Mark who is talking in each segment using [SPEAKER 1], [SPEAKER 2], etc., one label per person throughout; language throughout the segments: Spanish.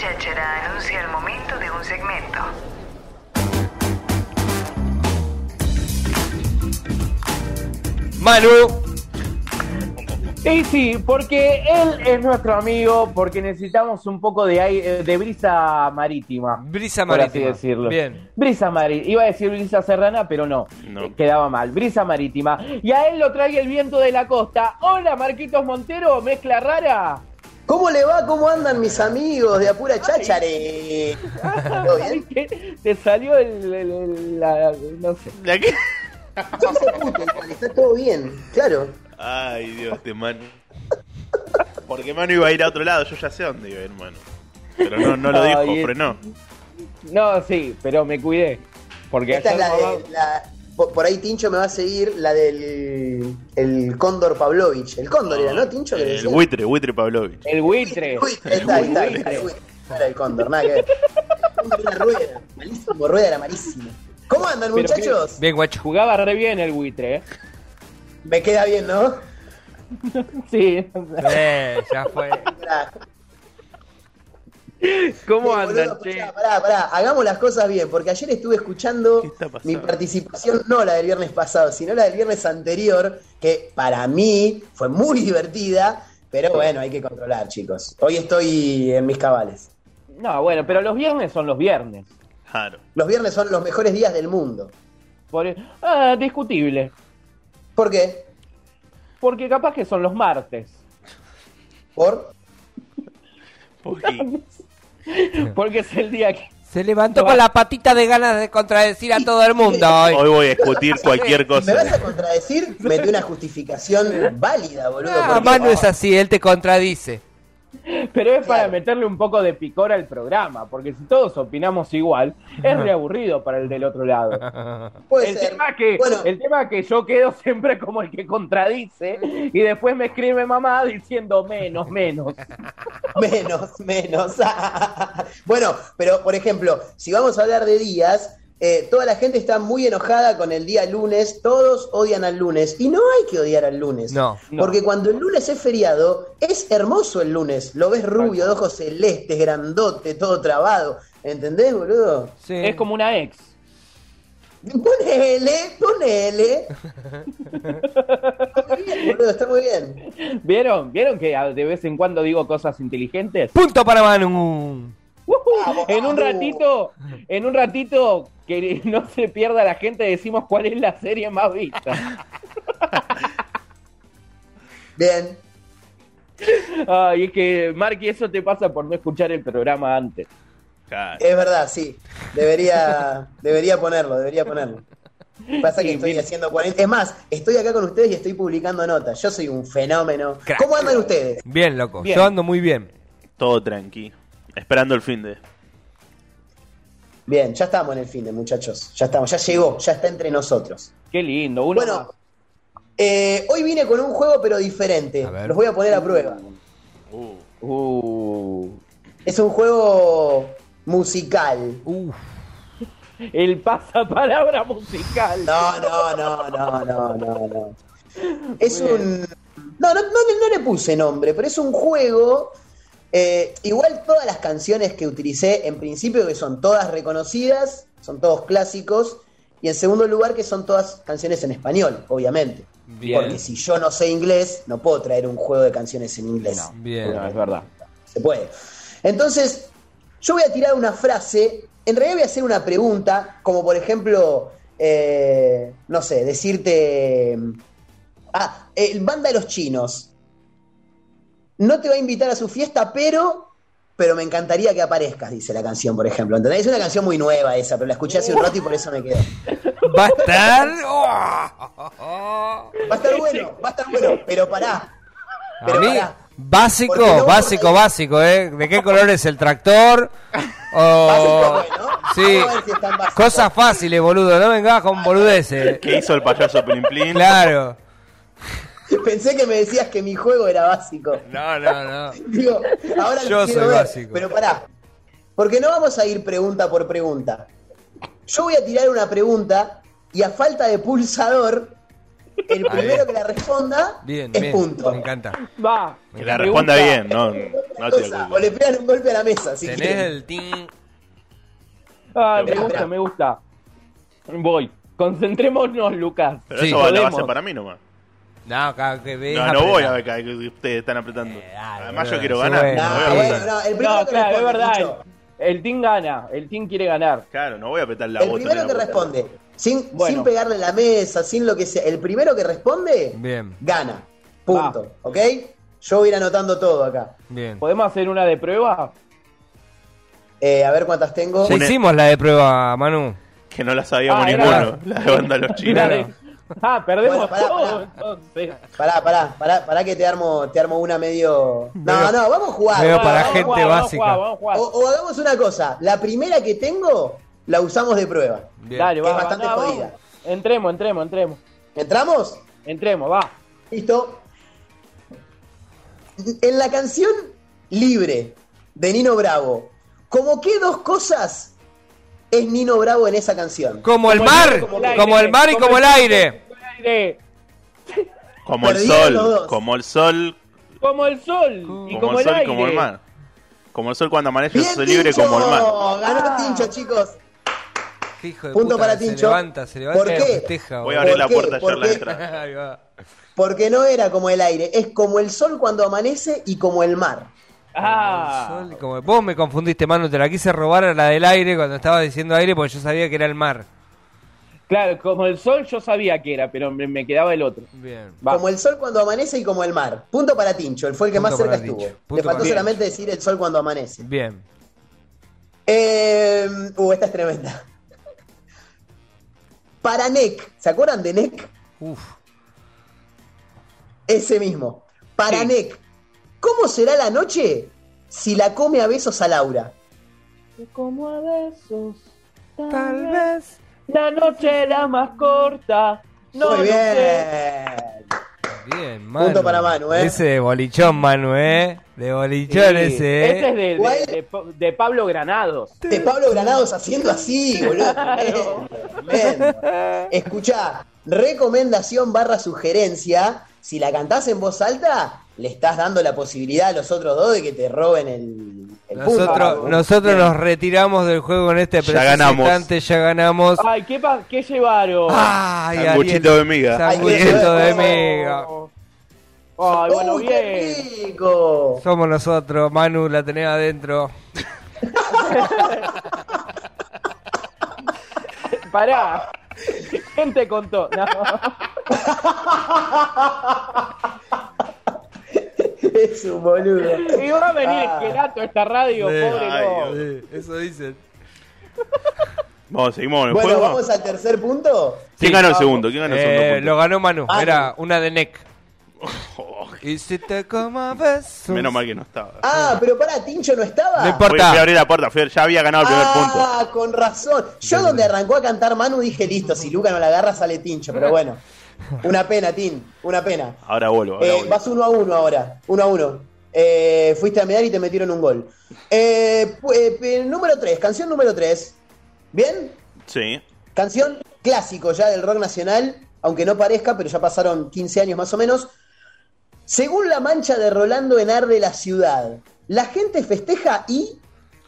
[SPEAKER 1] cháchara anuncia el momento de un segmento.
[SPEAKER 2] Manu.
[SPEAKER 3] Y sí, porque él es nuestro amigo, porque necesitamos un poco de brisa marítima.
[SPEAKER 2] Brisa
[SPEAKER 3] por
[SPEAKER 2] marítima.
[SPEAKER 3] así decirlo.
[SPEAKER 2] Bien.
[SPEAKER 3] Brisa marítima. Iba a decir brisa serrana, pero no. Quedaba mal. Brisa marítima. Y a él lo trae el viento de la costa. Hola, Marquitos Montero, mezcla rara.
[SPEAKER 4] ¿Cómo le va? ¿Cómo andan mis amigos de Apura Cháchare? ¿Todo bien?
[SPEAKER 3] Te salió no sé.
[SPEAKER 5] ¿La qué?
[SPEAKER 4] Yo sé puto, igual, está todo bien, claro.
[SPEAKER 5] Ay, Dios, de Manu. Porque Manu iba a ir a otro lado, yo ya sé a dónde iba a ir Manu. Pero no lo dijo, frenó.
[SPEAKER 3] No, sí, pero me cuidé. Porque
[SPEAKER 4] Esta es
[SPEAKER 3] ayer
[SPEAKER 4] por ahí Tincho me va a seguir la del el Cóndor Pavlovich. El Cóndor era, ¿no, Tincho?
[SPEAKER 5] El buitre Pavlovich.
[SPEAKER 3] El buitre.
[SPEAKER 4] Ahí está. No era el Cóndor, nada que ver. Una rueda, malísimo, rueda era malísima. ¿Cómo andan, muchachos?
[SPEAKER 2] Bien, guacho.
[SPEAKER 3] Jugaba re bien el buitre,
[SPEAKER 4] Me queda bien, ¿no?
[SPEAKER 3] Sí.
[SPEAKER 2] Ya fue.
[SPEAKER 3] ¿Cómo
[SPEAKER 4] Sí,
[SPEAKER 3] andan,
[SPEAKER 4] boludo,
[SPEAKER 3] che?
[SPEAKER 4] Pará, hagamos las cosas bien, porque ayer estuve escuchando mi participación, no la del viernes pasado, sino la del viernes anterior, que para mí fue muy divertida, pero bueno, hay que controlar, chicos. Hoy estoy en mis cabales.
[SPEAKER 3] No, bueno, pero los viernes son los viernes.
[SPEAKER 5] Claro.
[SPEAKER 4] Los viernes son los mejores días del mundo.
[SPEAKER 3] Discutible.
[SPEAKER 4] ¿Por qué?
[SPEAKER 3] Porque capaz que son los martes.
[SPEAKER 4] ¿Por?
[SPEAKER 3] Porque es el día que...
[SPEAKER 2] Se levantó con la patita de ganas de contradecir a todo el mundo hoy.
[SPEAKER 5] Hoy voy a discutir cualquier cosa.
[SPEAKER 4] Si me vas a contradecir, mete una justificación válida, boludo.
[SPEAKER 2] Ah, Manu es así, él te contradice.
[SPEAKER 3] Pero es para meterle un poco de picor al programa, porque si todos opinamos igual, es re aburrido para el del otro lado.
[SPEAKER 4] Puede ser.
[SPEAKER 3] El tema es que yo quedo siempre como el que contradice y después me escribe mamá diciendo menos.
[SPEAKER 4] Menos. Bueno, pero por ejemplo, si vamos a hablar de días, toda la gente está muy enojada con el día lunes, todos odian al lunes, y no hay que odiar al lunes,
[SPEAKER 2] No.
[SPEAKER 4] Porque cuando el lunes es feriado, es hermoso el lunes, lo ves rubio, de ojos celestes, grandote, todo trabado, ¿entendés, boludo?
[SPEAKER 2] Sí.
[SPEAKER 3] Es como una ex.
[SPEAKER 4] Ponele. Está muy bien, boludo, está muy bien.
[SPEAKER 3] ¿Vieron que de vez en cuando digo cosas inteligentes?
[SPEAKER 2] Punto para Manu.
[SPEAKER 4] Vamos,
[SPEAKER 3] En un ratito que no se pierda la gente, decimos cuál es la serie más vista.
[SPEAKER 4] Bien.
[SPEAKER 3] Ay, es que, Marky, eso te pasa por no escuchar el programa antes.
[SPEAKER 5] Claro.
[SPEAKER 4] Es verdad, sí. Debería ponerlo. Pasa que
[SPEAKER 3] Sí,
[SPEAKER 4] estoy
[SPEAKER 3] mira.
[SPEAKER 4] haciendo 40. Es más, estoy acá con ustedes y estoy publicando notas. Yo soy un fenómeno.
[SPEAKER 2] Crack.
[SPEAKER 4] ¿Cómo andan ustedes?
[SPEAKER 2] Bien, loco.
[SPEAKER 3] Bien.
[SPEAKER 2] Yo ando muy bien.
[SPEAKER 5] Todo tranqui. Esperando el fin de.
[SPEAKER 4] Bien, ya estamos en el fin de, muchachos. Ya estamos, ya llegó, ya está entre nosotros.
[SPEAKER 3] Qué lindo.
[SPEAKER 4] Bueno, hoy vine con un juego pero diferente.
[SPEAKER 2] A ver.
[SPEAKER 4] Los voy a poner a prueba.
[SPEAKER 3] Uh,
[SPEAKER 4] Es un juego musical.
[SPEAKER 3] el pasapalabra musical.
[SPEAKER 4] No. Es un... No le puse nombre, pero es un juego... igual todas las canciones que utilicé, en principio que son todas reconocidas, son todos clásicos, y en segundo lugar que son todas canciones en español, obviamente.
[SPEAKER 2] Bien.
[SPEAKER 4] Porque si yo no sé inglés, no puedo traer un juego de canciones en inglés.
[SPEAKER 2] Bien.
[SPEAKER 3] No, es verdad.
[SPEAKER 4] Se puede. Entonces, yo voy a tirar una frase, en realidad voy a hacer una pregunta, como por ejemplo, no sé, decirte, el Banda de los Chinos no te va a invitar a su fiesta, pero me encantaría que aparezcas, dice la canción, por ejemplo. ¿Entendés? Es una canción muy nueva esa, pero la escuché hace un rato y por eso me quedé.
[SPEAKER 2] Va a estar.
[SPEAKER 4] Va a estar bueno, pero pará.
[SPEAKER 2] A mí, básico,
[SPEAKER 4] Porque no vamos a ir-
[SPEAKER 2] básico, ¿eh? ¿De qué color es el tractor?
[SPEAKER 4] Básico, bueno.
[SPEAKER 2] Sí,
[SPEAKER 4] Vamos a ver si están básicos.
[SPEAKER 2] cosas fáciles, boludo. No vengas con boludeces.
[SPEAKER 5] ¿Qué hizo el payaso Plin Plin?
[SPEAKER 2] Claro.
[SPEAKER 4] Pensé que me decías que mi juego era básico.
[SPEAKER 2] No.
[SPEAKER 4] Digo, ahora
[SPEAKER 2] Yo
[SPEAKER 4] lo quiero
[SPEAKER 2] soy
[SPEAKER 4] ver,
[SPEAKER 2] básico.
[SPEAKER 4] pero pará. Porque no vamos a ir pregunta por pregunta. Yo voy a tirar una pregunta y a falta de pulsador El primero que la responda es punto.
[SPEAKER 2] Me encanta.
[SPEAKER 3] Va.
[SPEAKER 5] Que la responda bien, no te
[SPEAKER 4] O le pegan un golpe a la mesa. Si
[SPEAKER 2] Tenés
[SPEAKER 4] quieren.
[SPEAKER 2] el team.
[SPEAKER 3] Me gusta. Voy. Concentrémonos, Lucas.
[SPEAKER 5] Pero
[SPEAKER 2] Sí,
[SPEAKER 5] eso va a
[SPEAKER 3] podemos.
[SPEAKER 5] ser para mí nomás.
[SPEAKER 2] No, cada que ves.
[SPEAKER 5] No voy a ver cada que ustedes están apretando.
[SPEAKER 2] dale,
[SPEAKER 5] Además, yo
[SPEAKER 2] boludo,
[SPEAKER 5] quiero
[SPEAKER 2] sí,
[SPEAKER 5] ganar.
[SPEAKER 2] bueno.
[SPEAKER 5] No voy a
[SPEAKER 4] No,
[SPEAKER 5] apretar.
[SPEAKER 4] bueno, no, el primero
[SPEAKER 3] No,
[SPEAKER 4] que
[SPEAKER 3] claro, es
[SPEAKER 4] responde,
[SPEAKER 3] verdad.
[SPEAKER 4] Tincho.
[SPEAKER 3] El team gana. El team quiere ganar.
[SPEAKER 5] Claro, no voy a apretar la
[SPEAKER 4] El
[SPEAKER 5] bota.
[SPEAKER 4] primero
[SPEAKER 5] en
[SPEAKER 4] que
[SPEAKER 5] la boca.
[SPEAKER 4] responde, sin
[SPEAKER 3] Bueno.
[SPEAKER 4] pegarle la mesa, sin lo que sea, el primero que responde,
[SPEAKER 2] Bien.
[SPEAKER 4] gana. Punto. ¿Ok? Yo voy a ir anotando todo acá.
[SPEAKER 2] Bien.
[SPEAKER 3] ¿Podemos hacer una de prueba?
[SPEAKER 4] A ver cuántas tengo.
[SPEAKER 2] Ya hicimos la de prueba, Manu.
[SPEAKER 5] Que no la sabíamos
[SPEAKER 3] era-
[SPEAKER 5] ninguno. La de banda los chinos.
[SPEAKER 3] Una de- perdemos
[SPEAKER 4] Bueno, pará,
[SPEAKER 3] todo,
[SPEAKER 4] pará.
[SPEAKER 3] entonces.
[SPEAKER 4] Pará que te armo una medio. No, vamos a jugar.
[SPEAKER 2] Medio para
[SPEAKER 3] Vamos a
[SPEAKER 2] gente
[SPEAKER 3] jugar,
[SPEAKER 2] básica.
[SPEAKER 3] Vamos a jugar.
[SPEAKER 4] O hagamos una cosa. La primera que tengo, la usamos de prueba.
[SPEAKER 2] Bien.
[SPEAKER 3] Dale,
[SPEAKER 4] que es
[SPEAKER 3] va,
[SPEAKER 4] bastante
[SPEAKER 3] vamos.
[SPEAKER 4] jodida.
[SPEAKER 3] Entremos.
[SPEAKER 4] ¿Entramos?
[SPEAKER 3] Entremos, va.
[SPEAKER 4] Listo. En la canción Libre de Nino Bravo, ¿cómo qué dos cosas es Nino Bravo en esa canción?
[SPEAKER 2] Como el
[SPEAKER 3] Como
[SPEAKER 2] mar,
[SPEAKER 3] el aire,
[SPEAKER 2] como el mar y como el aire.
[SPEAKER 3] aire.
[SPEAKER 5] Como el
[SPEAKER 4] Perdieron los
[SPEAKER 5] sol.
[SPEAKER 4] dos.
[SPEAKER 5] Como el sol.
[SPEAKER 3] Como el sol y como el
[SPEAKER 5] sol
[SPEAKER 3] aire.
[SPEAKER 5] y como el mar. Como el sol cuando amanece,
[SPEAKER 4] Bien,
[SPEAKER 5] soy libre
[SPEAKER 4] Tincho.
[SPEAKER 5] como el mar.
[SPEAKER 4] Ganó Tincho, chicos.
[SPEAKER 2] Qué hijo de
[SPEAKER 4] Punto
[SPEAKER 2] puta,
[SPEAKER 4] para
[SPEAKER 2] se
[SPEAKER 4] Tincho.
[SPEAKER 2] levanta
[SPEAKER 4] ¿Por
[SPEAKER 2] y
[SPEAKER 4] qué?
[SPEAKER 2] festeja.
[SPEAKER 5] Voy a
[SPEAKER 2] boludo.
[SPEAKER 5] abrir la
[SPEAKER 4] qué?
[SPEAKER 5] puerta
[SPEAKER 4] ¿Por
[SPEAKER 5] ayer la
[SPEAKER 4] qué?
[SPEAKER 5] entrada.
[SPEAKER 2] Ahí va.
[SPEAKER 4] Porque no era como el aire, es como el sol cuando amanece y como el mar.
[SPEAKER 2] Sol y como- Vos me confundiste, Manu, te la quise robar a la del aire cuando estaba diciendo aire porque yo sabía que era el mar.
[SPEAKER 3] Claro, como el sol yo sabía que era, pero me quedaba el otro.
[SPEAKER 2] Bien.
[SPEAKER 3] Va.
[SPEAKER 4] Como el sol cuando amanece y como el mar. Punto para Tincho, él fue el que
[SPEAKER 2] Punto
[SPEAKER 4] más cerca
[SPEAKER 2] para
[SPEAKER 4] estuvo.
[SPEAKER 2] Tincho.
[SPEAKER 4] Le
[SPEAKER 2] Punto
[SPEAKER 4] faltó
[SPEAKER 2] para-
[SPEAKER 4] solamente decir el sol cuando amanece.
[SPEAKER 2] Bien.
[SPEAKER 4] Esta es tremenda. Para Nick, ¿se acuerdan de Nick?
[SPEAKER 2] Uf.
[SPEAKER 4] Ese mismo. Para
[SPEAKER 3] Sí.
[SPEAKER 4] Nick, ¿cómo será la noche si la come a besos a Laura?
[SPEAKER 3] Como a besos,
[SPEAKER 2] Tal vez.
[SPEAKER 3] la noche era más corta. No
[SPEAKER 4] Muy
[SPEAKER 3] lo
[SPEAKER 4] bien.
[SPEAKER 3] sé.
[SPEAKER 2] Bien, Manu.
[SPEAKER 4] Punto para Manu, ¿eh?
[SPEAKER 2] Ese de bolichón, Manu, ¿eh? De bolichón
[SPEAKER 3] Sí.
[SPEAKER 2] ese, ¿eh?
[SPEAKER 3] Ese es
[SPEAKER 4] ¿Cuál?
[SPEAKER 3] de Pablo Granados.
[SPEAKER 4] De Pablo Granados haciendo así, boludo.
[SPEAKER 3] Claro.
[SPEAKER 4] Tremendo. Escuchá, recomendación / sugerencia. Si la cantás en voz alta, le estás dando la posibilidad a los otros dos de que te roben el punto.
[SPEAKER 2] Nosotros nos retiramos del juego en este preciso
[SPEAKER 5] ganamos.
[SPEAKER 2] instante, ya ganamos.
[SPEAKER 3] Ay, ¿qué llevaron?
[SPEAKER 2] Ay,
[SPEAKER 5] Sanguchito
[SPEAKER 2] Ariel.
[SPEAKER 5] de miga.
[SPEAKER 2] Sanguchito de
[SPEAKER 4] Ay,
[SPEAKER 2] miga.
[SPEAKER 3] Ay, bueno,
[SPEAKER 4] ¡Uy, qué
[SPEAKER 3] bien.
[SPEAKER 4] rico!
[SPEAKER 2] Somos nosotros, Manu, la tenés adentro.
[SPEAKER 3] Pará. ¿Quién te contó? No.
[SPEAKER 4] Es un boludo.
[SPEAKER 3] Y va a venir esquelato a esta radio,
[SPEAKER 2] Sí.
[SPEAKER 3] pobre
[SPEAKER 5] Ay,
[SPEAKER 3] no.
[SPEAKER 5] Dios.
[SPEAKER 2] Eso dicen.
[SPEAKER 5] Vamos, seguimos en el
[SPEAKER 4] Bueno,
[SPEAKER 5] juego.
[SPEAKER 4] vamos al tercer punto.
[SPEAKER 5] ¿Quién ganó el segundo? ¿Quién ganó el segundo punto?
[SPEAKER 2] Lo ganó Manu,
[SPEAKER 4] Manu.
[SPEAKER 2] era una de Neck.
[SPEAKER 5] Oh,
[SPEAKER 2] Y si te como besos.
[SPEAKER 5] menos mal que no estaba.
[SPEAKER 4] Ah, pero pará, Tincho no estaba.
[SPEAKER 2] No importa.
[SPEAKER 5] Fui a abrir la puerta, ya había ganado el primer punto.
[SPEAKER 4] Ah, con razón. Yo donde arrancó a cantar Manu dije, listo, si Luca no la agarra sale Tincho, pero bueno. Una pena, Tin, una pena.
[SPEAKER 5] Ahora vuelvo. Ahora vuelvo.
[SPEAKER 4] Vas 1-1 ahora, 1-1. Fuiste a mirar y te metieron un gol. Número 3, canción número 3. ¿Bien?
[SPEAKER 5] Sí.
[SPEAKER 4] Canción clásico ya del rock nacional, aunque no parezca, pero ya pasaron 15 años más o menos. Según la mancha de Rolando en Arde la ciudad, la gente festeja y...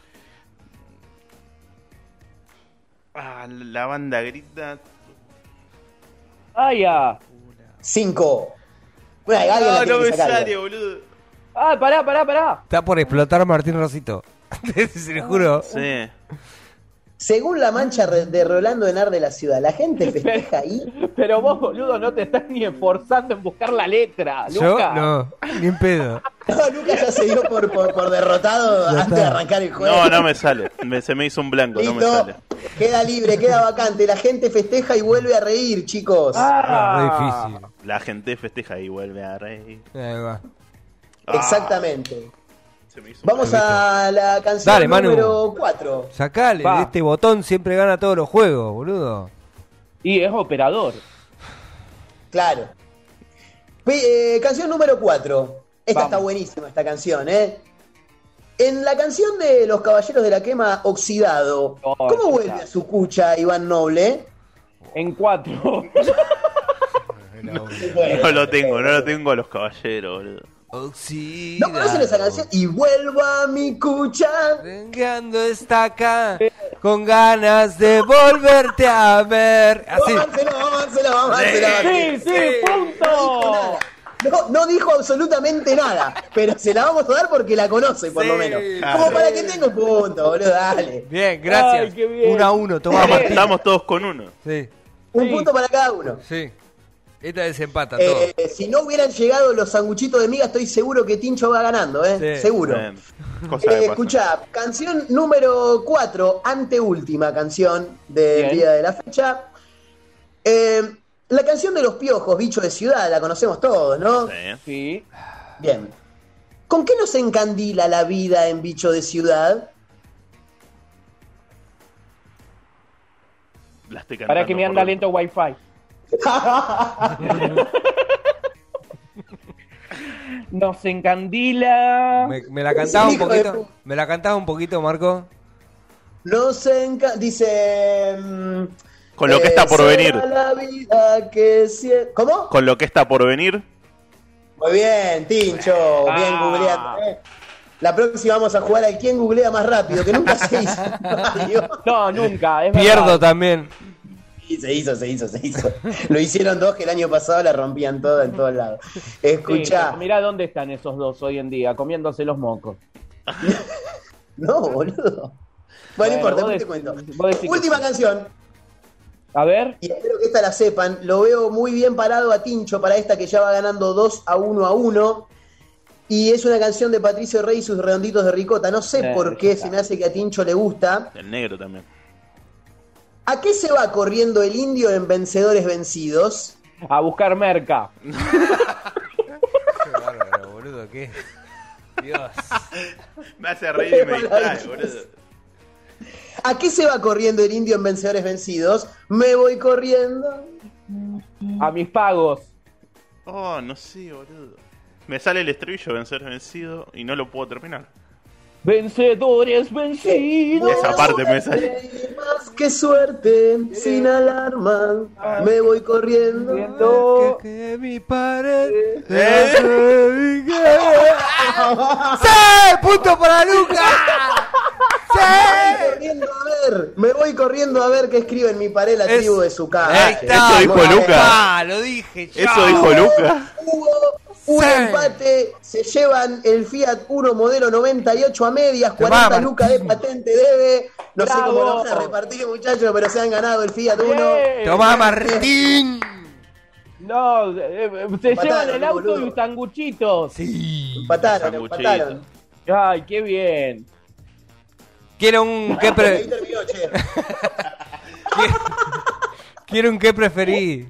[SPEAKER 5] Ah, la banda grita.
[SPEAKER 3] Ah, ya.
[SPEAKER 4] 5. Bueno, alguien la tiene que sacar.
[SPEAKER 5] boludo.
[SPEAKER 3] Ah, pará.
[SPEAKER 2] Está por explotar Martín Rosito. Se lo juro.
[SPEAKER 5] Sí.
[SPEAKER 4] Según la mancha de Rolando en Arde la ciudad, la gente festeja y...
[SPEAKER 3] Pero vos, boludo, no te estás ni esforzando en buscar la letra,
[SPEAKER 2] Yo
[SPEAKER 3] Luca.
[SPEAKER 2] no, ni en pedo.
[SPEAKER 4] No, Lucas ya se dio por derrotado
[SPEAKER 2] Ya
[SPEAKER 4] antes
[SPEAKER 2] está.
[SPEAKER 4] de arrancar el juego.
[SPEAKER 5] No me sale. Se me hizo un blanco, no me
[SPEAKER 4] Listo,
[SPEAKER 5] sale.
[SPEAKER 4] queda libre, queda vacante. La gente festeja y vuelve a reír, chicos.
[SPEAKER 3] Ah,
[SPEAKER 2] Re difícil.
[SPEAKER 5] La gente festeja y vuelve a reír.
[SPEAKER 2] Ahí va.
[SPEAKER 4] Exactamente.
[SPEAKER 5] Se me hizo un
[SPEAKER 4] Vamos
[SPEAKER 5] blanco.
[SPEAKER 4] a la canción
[SPEAKER 2] Dale, Manu.
[SPEAKER 4] número 4.
[SPEAKER 2] Sacale,
[SPEAKER 3] Va.
[SPEAKER 2] este botón siempre gana todos los juegos, boludo.
[SPEAKER 3] Y es operador.
[SPEAKER 4] Claro. Canción número 4. Esta
[SPEAKER 3] Vamos.
[SPEAKER 4] está buenísima, esta canción, ¿eh? En la canción de Los Caballeros de la Quema, Oxidado,
[SPEAKER 3] Oh,
[SPEAKER 4] ¿cómo vuelve
[SPEAKER 3] claro.
[SPEAKER 4] a su cucha Iván Noble?
[SPEAKER 3] En 4.
[SPEAKER 5] No lo tengo a los caballeros, boludo.
[SPEAKER 4] ¿No conocen esa canción? Y vuelvo a mi cucha.
[SPEAKER 2] Rengueando está acá, con ganas de volverte a ver. Así.
[SPEAKER 4] Vámonos.
[SPEAKER 3] Sí, punto.
[SPEAKER 4] No dijo absolutamente nada, pero se la vamos a dar porque la conoce, por lo menos. Como para que tenga un punto, boludo, dale.
[SPEAKER 2] Bien, gracias.
[SPEAKER 3] Ay, qué bien.
[SPEAKER 2] 1-1, tomá, Martín.
[SPEAKER 5] Estamos todos con uno.
[SPEAKER 2] Sí,
[SPEAKER 4] Un punto para cada uno.
[SPEAKER 2] sí. Esta desempata todo.
[SPEAKER 4] Si no hubieran llegado los sanguchitos de miga, estoy seguro que Tincho va ganando,
[SPEAKER 2] Sí.
[SPEAKER 4] Seguro.
[SPEAKER 5] Cosa que pasa.
[SPEAKER 4] Escuchá, canción número 4, anteúltima canción del
[SPEAKER 3] Bien.
[SPEAKER 4] día de la fecha. La canción de los piojos, bicho de ciudad, la conocemos todos, ¿no?
[SPEAKER 5] Sí.
[SPEAKER 3] Sí.
[SPEAKER 4] Bien. ¿Con qué nos encandila la vida en bicho de ciudad?
[SPEAKER 5] La estoy cantando
[SPEAKER 3] Para que me anda
[SPEAKER 5] por-
[SPEAKER 3] lento Wi-Fi. Nos encandila.
[SPEAKER 2] ¿Me la cantaba un
[SPEAKER 4] hijo de
[SPEAKER 2] poquito? ¿Me la cantaba un poquito, Marco?
[SPEAKER 4] Dice...
[SPEAKER 5] Con lo que está por
[SPEAKER 4] será
[SPEAKER 5] venir.
[SPEAKER 4] la vida que ¿Cómo?
[SPEAKER 5] Con lo que está por venir.
[SPEAKER 4] Muy bien, Tincho, bien
[SPEAKER 3] Ah.
[SPEAKER 4] googleado. La próxima vamos a jugar al quién googlea más rápido, que nunca se hizo.
[SPEAKER 3] No, nunca. Es
[SPEAKER 2] Pierdo
[SPEAKER 3] verdad.
[SPEAKER 2] también.
[SPEAKER 4] Sí, se hizo. Lo hicieron dos que el año pasado la rompían toda en todos lados. Escuchá.
[SPEAKER 3] Sí, mirá dónde están esos dos hoy en día, comiéndose los mocos.
[SPEAKER 4] No, boludo. Bueno, no
[SPEAKER 3] Bueno,
[SPEAKER 4] importa,
[SPEAKER 3] vos
[SPEAKER 4] después te
[SPEAKER 3] decís-
[SPEAKER 4] cuento.
[SPEAKER 3] vos decís que
[SPEAKER 4] Última
[SPEAKER 3] sí.
[SPEAKER 4] canción.
[SPEAKER 3] A ver.
[SPEAKER 4] Y espero que esta la sepan. Lo veo muy bien parado a Tincho para esta que ya va ganando 2-1. Y es una canción de Patricio Rey y sus redonditos de ricota. No sé por
[SPEAKER 3] ya
[SPEAKER 4] qué
[SPEAKER 3] está.
[SPEAKER 4] se me hace que a Tincho le gusta.
[SPEAKER 5] El negro también.
[SPEAKER 4] ¿A qué se va corriendo el indio en Vencedores Vencidos?
[SPEAKER 3] A buscar merca.
[SPEAKER 2] Qué bárbaro, boludo, ¿qué? Dios.
[SPEAKER 5] Me hace reír y me distrae, boludo.
[SPEAKER 4] ¿A qué se va corriendo el indio en Vencedores Vencidos? Me voy corriendo.
[SPEAKER 3] A mis pagos.
[SPEAKER 5] Oh, no sé, boludo. Me sale el estribillo vencer vencido y no lo puedo terminar.
[SPEAKER 3] Vencedores vencidos.
[SPEAKER 5] Esa parte me sale.
[SPEAKER 4] Más que suerte, sin alarma, me voy corriendo.
[SPEAKER 2] Que mi pared.
[SPEAKER 5] ¿Eh?
[SPEAKER 2] ¡Sí! ¡Punto para Lucas!
[SPEAKER 4] Me voy corriendo a ver qué escribe en mi pared la tribu de su casa.
[SPEAKER 2] Ahí está.
[SPEAKER 5] Eso dijo
[SPEAKER 2] Muy
[SPEAKER 5] Lucas.
[SPEAKER 2] bien. Ah, lo dije yo.
[SPEAKER 5] Eso dijo Lucas.
[SPEAKER 4] Hubo un
[SPEAKER 2] Sí.
[SPEAKER 4] empate, se llevan el Fiat 1 modelo 98 a medias,
[SPEAKER 2] Tomá,
[SPEAKER 4] 40
[SPEAKER 2] Martín.
[SPEAKER 4] lucas de patente debe. No sé
[SPEAKER 3] Bravo.
[SPEAKER 4] cómo lo van a repartir, muchachos, pero se han ganado el Fiat 1.
[SPEAKER 3] Bien.
[SPEAKER 2] Tomá, Martín.
[SPEAKER 3] No, se
[SPEAKER 4] Empataron,
[SPEAKER 3] llevan el auto
[SPEAKER 4] boludo.
[SPEAKER 3] y sanguchitos.
[SPEAKER 2] Sí.
[SPEAKER 4] Empataron.
[SPEAKER 5] Sanguchito.
[SPEAKER 3] Ay, qué bien.
[SPEAKER 2] Quiero un qué
[SPEAKER 4] Ahí terminó, che.
[SPEAKER 2] Quiero un qué preferí.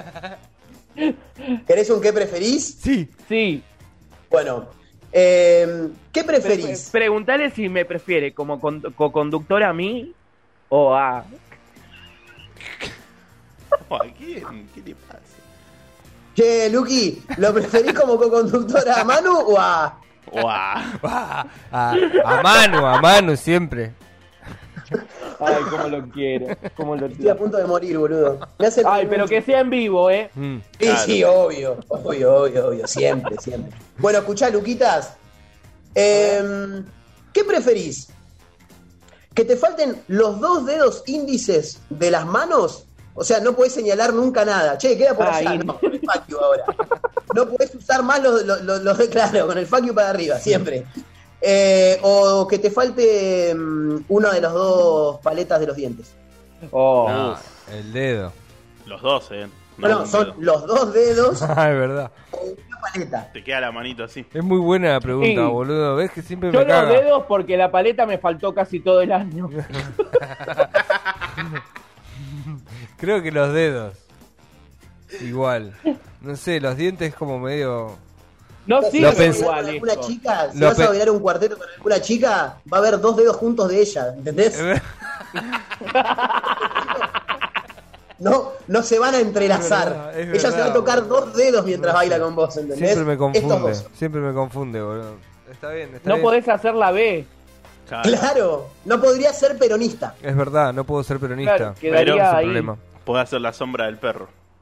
[SPEAKER 4] ¿Querés un qué preferís?
[SPEAKER 2] Sí.
[SPEAKER 3] Sí.
[SPEAKER 4] Bueno, ¿qué preferís?
[SPEAKER 3] Preguntale si me prefiere como co-conductor a mí o a...
[SPEAKER 5] ¿A quién? ¿Qué le pasa?
[SPEAKER 4] Che, Luqui, ¿lo preferís como co-conductora a Manu o a...?
[SPEAKER 5] Guau.
[SPEAKER 2] A Manu siempre.
[SPEAKER 3] Ay, cómo lo quiero. Cómo lo
[SPEAKER 4] Estoy a
[SPEAKER 3] quiero.
[SPEAKER 4] punto de morir, boludo. Me hacen
[SPEAKER 3] Ay, pero que sea en vivo, ¿eh?
[SPEAKER 2] Mm.
[SPEAKER 4] Sí,
[SPEAKER 5] Claro.
[SPEAKER 4] sí, obvio, siempre. Bueno, escuchá, Luquitas. ¿Qué preferís? ¿Que te falten los 2 dedos índices de las manos? O sea, no podés señalar nunca nada. Che, queda por allá.
[SPEAKER 3] Ay.
[SPEAKER 4] No, con el fuck you ahora. No podés usar más los de claro, con el fuck you para arriba, siempre. O que te falte una de las 2 paletas de los dientes.
[SPEAKER 3] Oh,
[SPEAKER 2] No, el dedo.
[SPEAKER 5] Los dos,
[SPEAKER 4] No,
[SPEAKER 5] un
[SPEAKER 4] son
[SPEAKER 5] dedo.
[SPEAKER 4] los 2 dedos
[SPEAKER 2] Ah, es verdad.
[SPEAKER 4] o una paleta.
[SPEAKER 5] Te queda la manito así.
[SPEAKER 2] Es muy buena la pregunta,
[SPEAKER 3] Sí.
[SPEAKER 2] boludo. ¿Ves que siempre
[SPEAKER 3] yo
[SPEAKER 2] me
[SPEAKER 3] los
[SPEAKER 2] caga?
[SPEAKER 3] dedos porque la paleta me faltó casi todo el año.
[SPEAKER 2] Creo que los dedos. Igual. No sé, los dientes como medio...
[SPEAKER 3] No
[SPEAKER 4] Si
[SPEAKER 3] sí,
[SPEAKER 2] Lo
[SPEAKER 4] vas a
[SPEAKER 2] pensé.
[SPEAKER 4] bailar
[SPEAKER 3] igual
[SPEAKER 4] con alguna
[SPEAKER 3] esto.
[SPEAKER 4] chica, si
[SPEAKER 2] Lo
[SPEAKER 4] vas a
[SPEAKER 2] pe-
[SPEAKER 4] bailar un cuarteto con alguna chica, va a haber 2 dedos juntos de ella, ¿entendés? No se van a entrelazar.
[SPEAKER 2] Es verdad,
[SPEAKER 4] Ella se va a tocar 2 dedos mientras baila con vos, ¿entendés?
[SPEAKER 2] Siempre me
[SPEAKER 4] Estos
[SPEAKER 2] confunde.
[SPEAKER 4] dos.
[SPEAKER 2] Siempre me confunde, boludo. Está bien, está
[SPEAKER 3] No
[SPEAKER 2] bien.
[SPEAKER 3] podés hacer la B.
[SPEAKER 4] Claro, no podría ser peronista.
[SPEAKER 2] Es verdad, no puedo ser peronista.
[SPEAKER 3] Claro, quedaría
[SPEAKER 2] Ese es el
[SPEAKER 3] ahí.
[SPEAKER 2] problema.
[SPEAKER 5] Puede hacer la sombra del perro.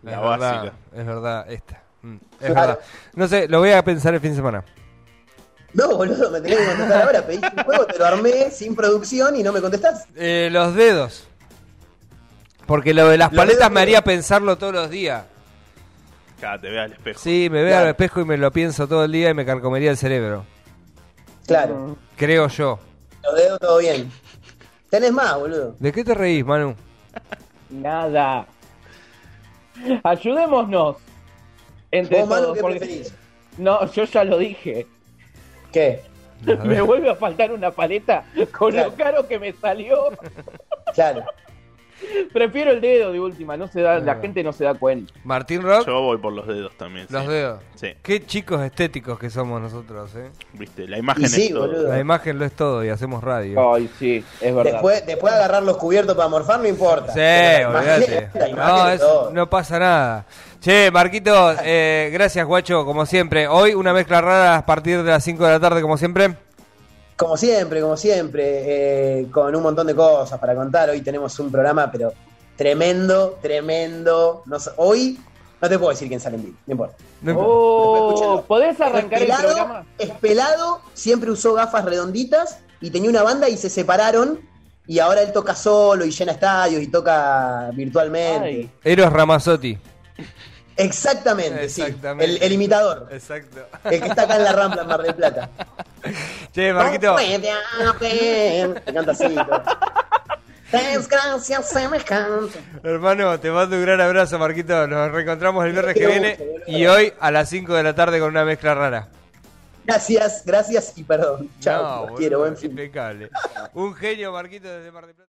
[SPEAKER 5] La básica.
[SPEAKER 2] Es verdad, esta. Es verdad. No sé, lo voy a pensar el fin de semana.
[SPEAKER 4] No, boludo, me tenés que contestar ahora. Pediste un juego, te lo armé sin producción y no me contestás.
[SPEAKER 2] Los dedos. Porque lo de las paletas me haría pensarlo todos los días.
[SPEAKER 5] Claro, te ve al espejo.
[SPEAKER 2] Sí, me veo al espejo y me lo pienso todo el día y me carcomería el cerebro.
[SPEAKER 4] Claro.
[SPEAKER 2] Creo yo.
[SPEAKER 4] Los dedos todo bien. Tenés más, boludo.
[SPEAKER 2] ¿De qué te reís, Manu?
[SPEAKER 3] Nada. Ayudémonos. Entre
[SPEAKER 4] ¿Vos, Manu,
[SPEAKER 3] todos,
[SPEAKER 4] qué
[SPEAKER 3] porque...
[SPEAKER 4] preferís?
[SPEAKER 3] No, yo ya lo dije.
[SPEAKER 4] ¿Qué?
[SPEAKER 3] Me vuelve a faltar una paleta con lo caro que me salió.
[SPEAKER 4] Claro.
[SPEAKER 3] Prefiero el dedo de última, no se da, la gente no se da cuenta.
[SPEAKER 2] Martín Rock.
[SPEAKER 5] Yo voy por los dedos también.
[SPEAKER 2] Los dedos.
[SPEAKER 5] Sí.
[SPEAKER 2] Qué chicos estéticos que somos nosotros,
[SPEAKER 5] Viste, la imagen
[SPEAKER 4] Y sí,
[SPEAKER 5] es todo.
[SPEAKER 4] boludo.
[SPEAKER 2] La imagen lo es todo y hacemos radio.
[SPEAKER 3] Ay, sí, es verdad.
[SPEAKER 4] Después de agarrar los cubiertos para morfar, no importa.
[SPEAKER 2] Sí,
[SPEAKER 4] Pero la imagen-
[SPEAKER 2] olvídate.
[SPEAKER 4] la imagen
[SPEAKER 2] No,
[SPEAKER 4] es
[SPEAKER 2] eso
[SPEAKER 4] todo.
[SPEAKER 2] no pasa nada. Che, Marquito, gracias, guacho, como siempre. Hoy una mezcla rara a partir de las 5 de la tarde, como siempre.
[SPEAKER 4] Como siempre, con un montón de cosas para contar. Hoy tenemos un programa, pero tremendo. Hoy no te puedo decir quién sale en vivo, no importa.
[SPEAKER 2] No importa.
[SPEAKER 4] Después escúchenlo.
[SPEAKER 3] ¿Podés arrancar el programa?
[SPEAKER 4] Es pelado, siempre usó gafas redonditas y tenía una banda y se separaron. Y ahora él toca solo y llena estadios y toca virtualmente.
[SPEAKER 3] Ay.
[SPEAKER 2] Eros Ramazzotti.
[SPEAKER 4] Exactamente,
[SPEAKER 2] Exactamente.
[SPEAKER 4] sí. El imitador.
[SPEAKER 2] Exacto.
[SPEAKER 4] El que está acá en la Rambla, en Mar del Plata.
[SPEAKER 2] Che, Marquito.
[SPEAKER 4] No puede haber. Te canta así. todo. Desgracia semejante.
[SPEAKER 2] Hermano, te mando un gran abrazo, Marquito. Nos reencontramos el viernes que
[SPEAKER 4] Quiero
[SPEAKER 2] viene.
[SPEAKER 4] mucho, boludo.
[SPEAKER 2] Y hoy a las 5 de la tarde con una mezcla rara.
[SPEAKER 4] Gracias y perdón. Chao,
[SPEAKER 2] No,
[SPEAKER 4] los
[SPEAKER 2] boludo,
[SPEAKER 4] quiero, buen fin.
[SPEAKER 2] impecable. Un genio, Marquito, desde Mar del Plata.